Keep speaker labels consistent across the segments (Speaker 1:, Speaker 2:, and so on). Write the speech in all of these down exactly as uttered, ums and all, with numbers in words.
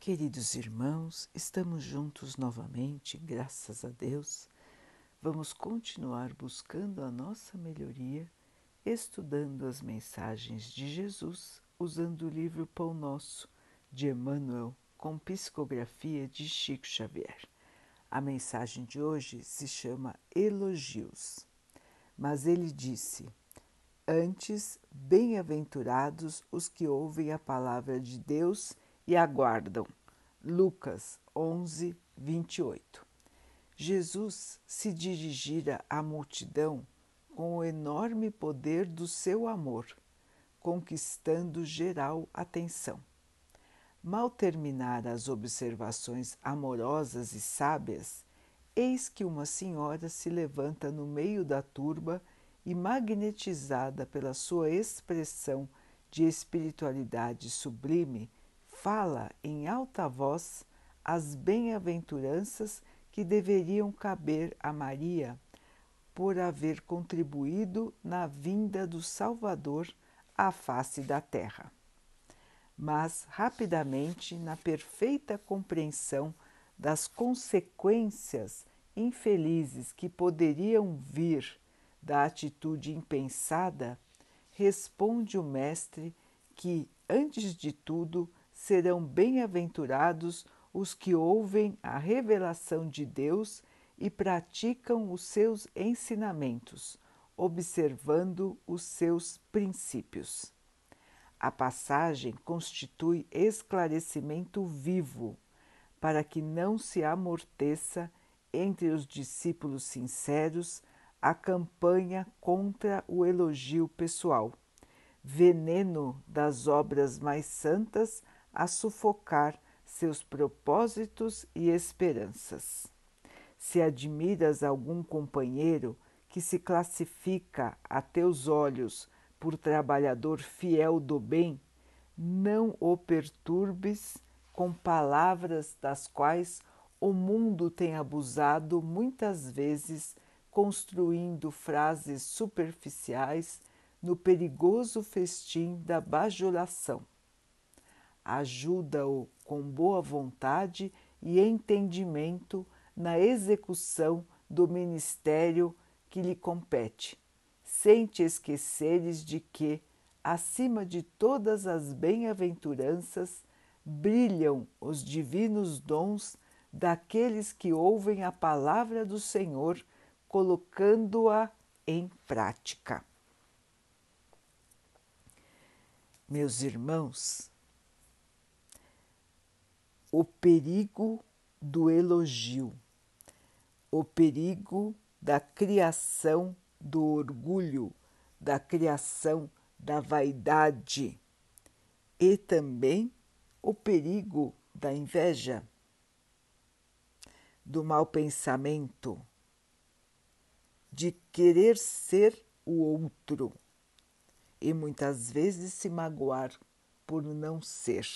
Speaker 1: Queridos irmãos, estamos juntos novamente, graças a Deus. Vamos continuar buscando a nossa melhoria, estudando as mensagens de Jesus, usando o livro Pão Nosso, de Emmanuel, com psicografia de Chico Xavier. A mensagem de hoje se chama Elogios. Mas ele disse: Antes, bem-aventurados os que ouvem a palavra de Deus e aguardam. Lucas onze, vinte e oito. Jesus se dirigira à multidão com o enorme poder do seu amor, conquistando geral atenção. Mal terminar as observações amorosas e sábias, eis que uma senhora se levanta no meio da turba e, magnetizada pela sua expressão de espiritualidade sublime, fala em alta voz as bem-aventuranças que deveriam caber a Maria por haver contribuído na vinda do Salvador à face da terra. Mas, rapidamente, na perfeita compreensão das consequências infelizes que poderiam vir da atitude impensada, responde o Mestre que, antes de tudo, serão bem-aventurados os que ouvem a revelação de Deus e praticam os seus ensinamentos, observando os seus princípios. A passagem constitui esclarecimento vivo, para que não se amorteça entre os discípulos sinceros a campanha contra o elogio pessoal, veneno das obras mais santas a sufocar seus propósitos e esperanças. Se admiras algum companheiro que se classifica a teus olhos por trabalhador fiel do bem, não o perturbes com palavras das quais o mundo tem abusado muitas vezes, construindo frases superficiais no perigoso festim da bajulação. Ajuda-o com boa vontade e entendimento na execução do ministério que lhe compete, sem te esqueceres de que, acima de todas as bem-aventuranças, brilham os divinos dons daqueles que ouvem a palavra do Senhor, colocando-a em prática. Meus irmãos, o perigo do elogio, o perigo da criação do orgulho, da criação da vaidade e também o perigo da inveja, do mau pensamento, de querer ser o outro e muitas vezes se magoar por não ser.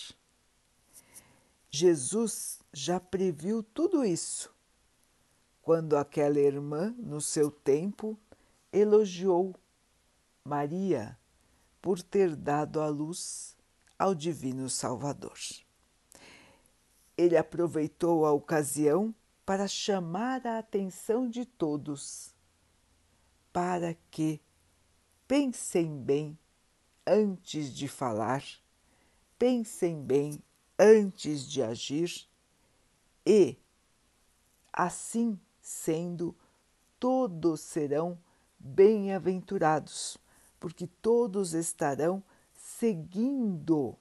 Speaker 1: Jesus já previu tudo isso quando aquela irmã, no seu tempo, elogiou Maria por ter dado à luz ao Divino Salvador. Ele aproveitou a ocasião para chamar a atenção de todos, para que pensem bem antes de falar, pensem bem antes de agir e, assim sendo, todos serão bem-aventurados, porque todos estarão seguindo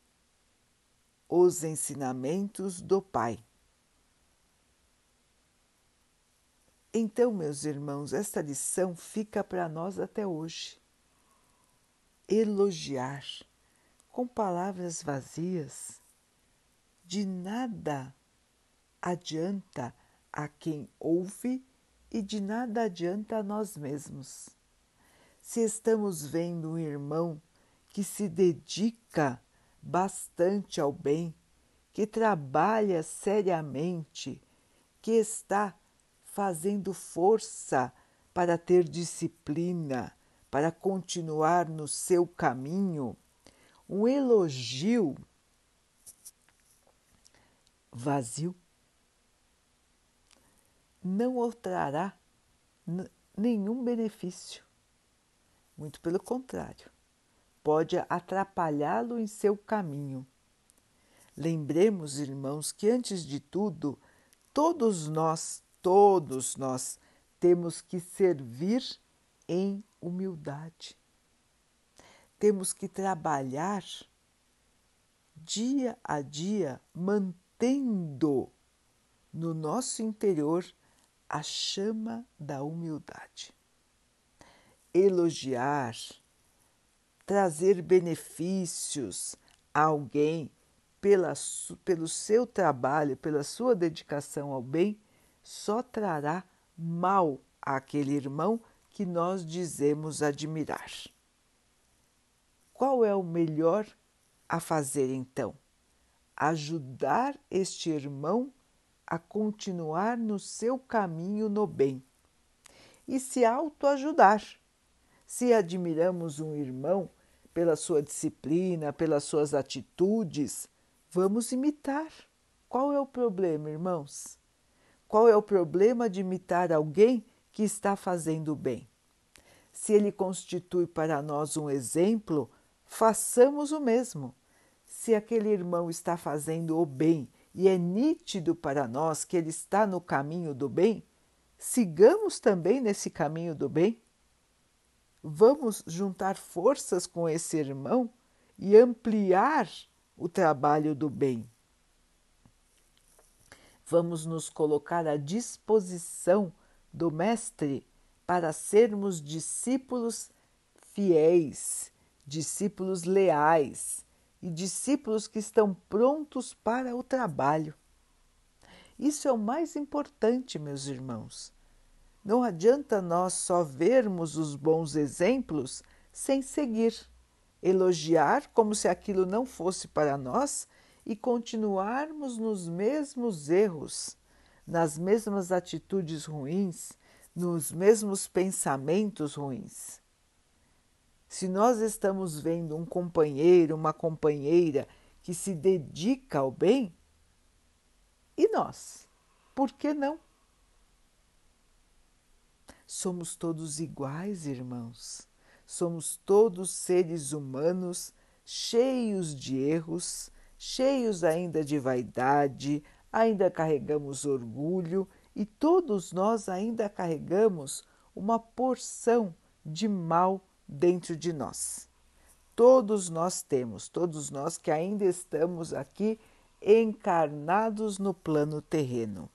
Speaker 1: os ensinamentos do Pai. Então, meus irmãos, esta lição fica para nós até hoje. Elogiar com palavras vazias de nada adianta a quem ouve e de nada adianta a nós mesmos. Se estamos vendo um irmão que se dedica bastante ao bem, que trabalha seriamente, que está fazendo força para ter disciplina, para continuar no seu caminho, um elogio vazio, não o trará nenhum benefício. Muito pelo contrário, pode atrapalhá-lo em seu caminho. Lembremos, irmãos, que antes de tudo, todos nós, todos nós, temos que servir em humildade. Temos que trabalhar dia a dia, mantendo no nosso interior a chama da humildade. Elogiar, trazer benefícios a alguém pela, pelo seu trabalho, pela sua dedicação ao bem, só trará mal àquele irmão que nós dizemos admirar. Qual é o melhor a fazer então? Ajudar este irmão a continuar no seu caminho no bem e se autoajudar. Se admiramos um irmão pela sua disciplina, pelas suas atitudes, vamos imitar. Qual é o problema, irmãos? Qual é o problema de imitar alguém que está fazendo o bem? Se ele constitui para nós um exemplo, façamos o mesmo. Se aquele irmão está fazendo o bem e é nítido para nós que ele está no caminho do bem, sigamos também nesse caminho do bem. Vamos juntar forças com esse irmão e ampliar o trabalho do bem. Vamos nos colocar à disposição do Mestre para sermos discípulos fiéis, discípulos leais e discípulos que estão prontos para o trabalho. Isso é o mais importante, meus irmãos. Não adianta nós só vermos os bons exemplos sem seguir, elogiar como se aquilo não fosse para nós e continuarmos nos mesmos erros, nas mesmas atitudes ruins, nos mesmos pensamentos ruins. Se nós estamos vendo um companheiro, uma companheira que se dedica ao bem, e nós? Por que não? Somos todos iguais, irmãos. Somos todos seres humanos, cheios de erros, cheios ainda de vaidade, ainda carregamos orgulho e todos nós ainda carregamos uma porção de mal dentro de nós. Todos nós temos, todos nós que ainda estamos aqui encarnados no plano terreno.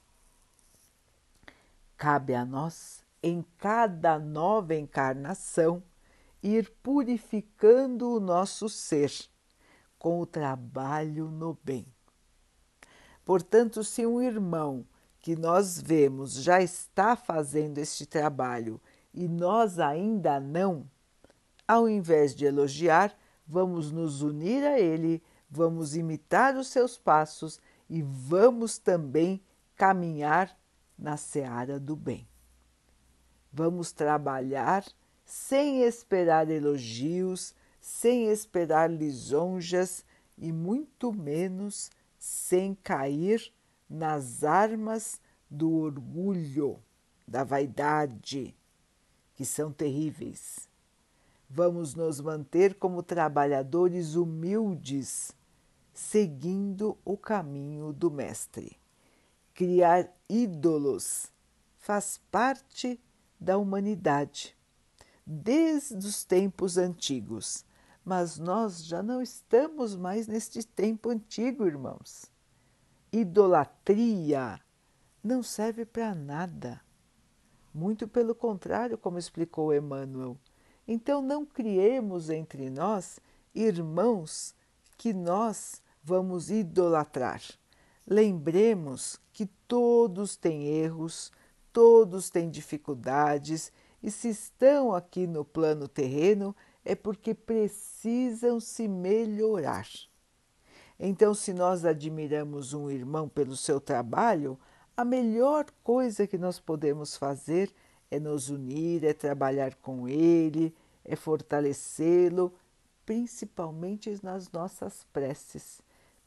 Speaker 1: Cabe a nós, em cada nova encarnação, ir purificando o nosso ser com o trabalho no bem. Portanto, se um irmão que nós vemos já está fazendo este trabalho e nós ainda não, ao invés de elogiar, vamos nos unir a ele, vamos imitar os seus passos e vamos também caminhar na seara do bem. Vamos trabalhar sem esperar elogios, sem esperar lisonjas e muito menos sem cair nas armas do orgulho, da vaidade, que são terríveis. Vamos nos manter como trabalhadores humildes, seguindo o caminho do Mestre. Criar ídolos faz parte da humanidade, desde os tempos antigos. Mas nós já não estamos mais neste tempo antigo, irmãos. Idolatria não serve para nada. Muito pelo contrário, como explicou Emmanuel. Então não criemos entre nós irmãos que nós vamos idolatrar. Lembremos que todos têm erros, todos têm dificuldades e se estão aqui no plano terreno é porque precisam se melhorar. Então, se nós admiramos um irmão pelo seu trabalho, a melhor coisa que nós podemos fazer é nos unir, é trabalhar com ele, é fortalecê-lo, principalmente nas nossas preces,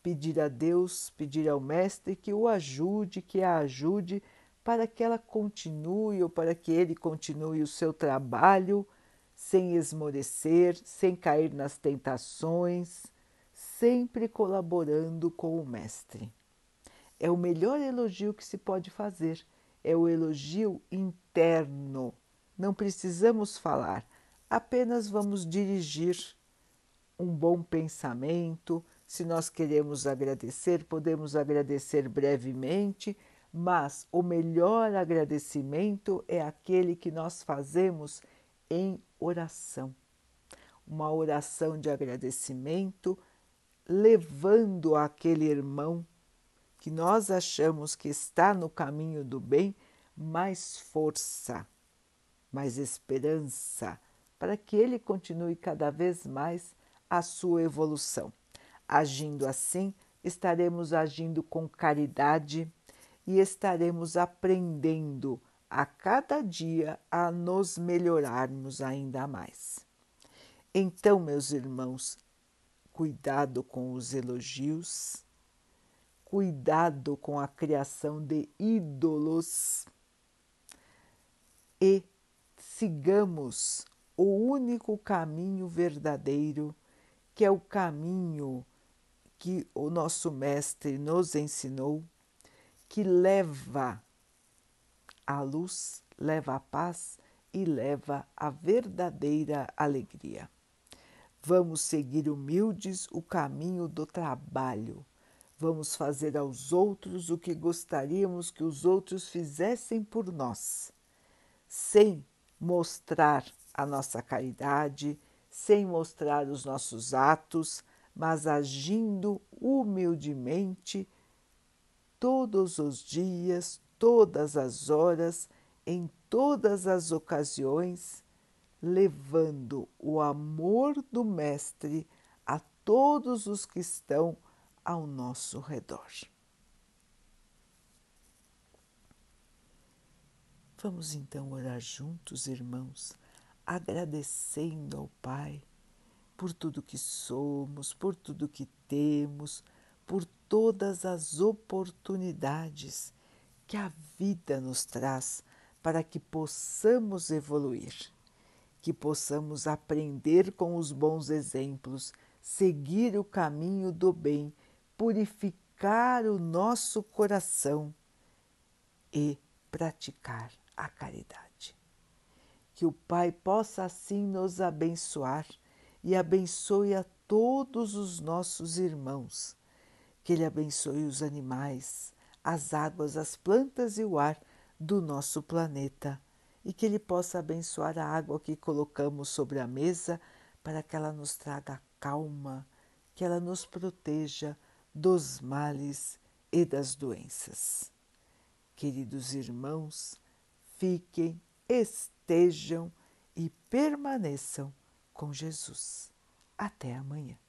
Speaker 1: pedir a Deus, pedir ao Mestre que o ajude, que a ajude para que ela continue ou para que ele continue o seu trabalho sem esmorecer, sem cair nas tentações, sempre colaborando com o Mestre. É o melhor elogio que se pode fazer, é o elogio interno. Não precisamos falar, apenas vamos dirigir um bom pensamento. Se nós queremos agradecer, podemos agradecer brevemente, mas o melhor agradecimento é aquele que nós fazemos em oração. Uma oração de agradecimento, levando aquele irmão que nós achamos que está no caminho do bem mais força, mais esperança, para que ele continue cada vez mais a sua evolução. Agindo assim, estaremos agindo com caridade e estaremos aprendendo a cada dia a nos melhorarmos ainda mais. Então, meus irmãos, cuidado com os elogios, cuidado com a criação de ídolos e sigamos o único caminho verdadeiro, que é o caminho que o nosso Mestre nos ensinou, que leva a luz, leva a paz e leva a verdadeira alegria. Vamos seguir humildes o caminho do trabalho. Vamos fazer aos outros o que gostaríamos que os outros fizessem por nós, sem mostrar a nossa caridade, sem mostrar os nossos atos, mas agindo humildemente todos os dias, todas as horas, em todas as ocasiões, levando o amor do Mestre a todos os que estão ao nosso redor. Vamos então orar juntos, irmãos, agradecendo ao Pai por tudo que somos, por tudo que temos, por todas as oportunidades que a vida nos traz para que possamos evoluir, que possamos aprender com os bons exemplos, seguir o caminho do bem, purificar o nosso coração e praticar a caridade. Que o Pai possa assim nos abençoar e abençoe a todos os nossos irmãos. Que Ele abençoe os animais, as águas, as plantas e o ar do nosso planeta. E que Ele possa abençoar a água que colocamos sobre a mesa para que ela nos traga calma, que ela nos proteja dos males e das doenças. Queridos irmãos, fiquem, estejam e permaneçam com Jesus. Até amanhã.